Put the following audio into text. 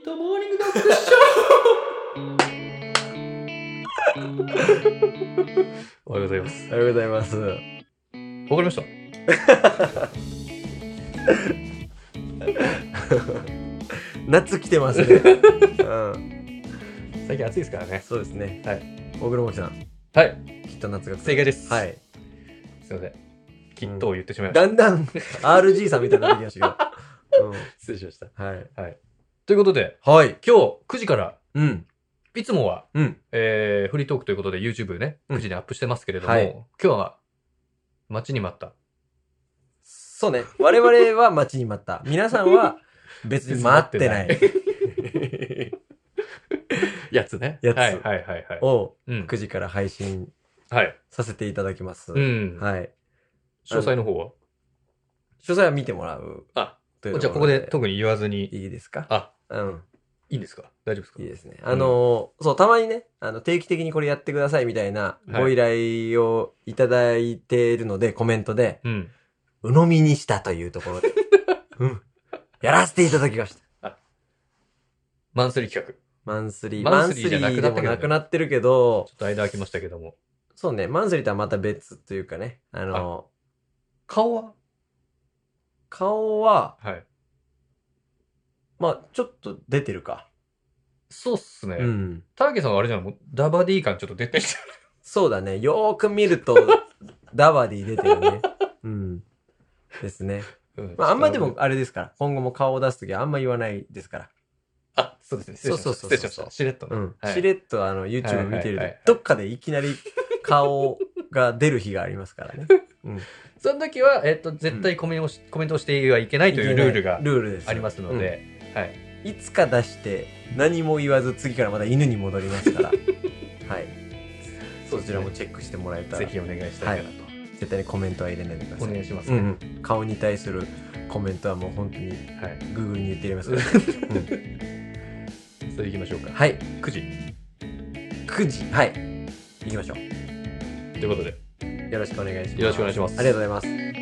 トモーニングドッグショーおはようございます。 おはようございます。 わかりました。 夏来てますね。 最近暑いですからね。 そうですね。 はい。 大黒摩季さん。 はい。 きっと夏が来て。 正解です。 はい。 すいません。きっとを言ってしまいました。 だんだん RG さんみたいになってきましたけど。 失礼しました。 はい。 はい。ということで、 はい。 今日9時から、いつもは、 フリートークということで YouTube ね、9時にアップしてますけれども、 はい今日は待ちに待った。 そうね。我々は待ちに待った。皆さんは別に待ってない。 やつね。 やつはいはいはいはい。 をうん 9時から配信はい。 させていただきます。 うん。 はい。 詳細の方は詳細は見てもらう。 あ、 というとじゃあここで特に言わずに。 いいですか？ あ、 うん。 いいんですか？大丈夫ですか？ いいですね。そう、たまにね、定期的にこれやってくださいみたいなご依頼をいただいているので、コメントで、鵜呑みにしたというところで、やらせていただきました。 マンスリー企画。 マンスリじゃなくなったけどねーでもなくなってるけど、 ちょっと間空きましたけども。 そうね、マンスリーとはまた別というかね、 顔は顔は、 はい。 まあちょっと出てるか。 そうっすね。 うん。 ターゲさんはあれじゃん、もうダバディ感ちょっと出てきてる。 そうだね、よーく見ると、ダバディ出てるね。うん。ですね。まああんまでもあれですから、今後も顔を出すときはあんま言わないですから。 あ、そうですね。失礼しました。 そう失礼しました。しれっとね。はいしれっとYouTube 見てるはいはいはいはいと、どっかでいきなり顔が出る日がありますからね。 その時は、絶対コメントをしてはいけないというルールがですありますので、はい。 いつか出して何も言わず次からまた犬に戻りますから、はい。そちらもチェックしてもらえたら、 ぜひお願いしたいかなと。 絶対にコメントは入れないでください。 お願いしますね。 顔に対するコメントはもう本当に、Google に言ってやりますから。 それ行きましょうか。 はい。 9時。 9時。はい。行きましょう。 ということで。 よろしくお願いします。 よろしくお願いします。 ありがとうございます。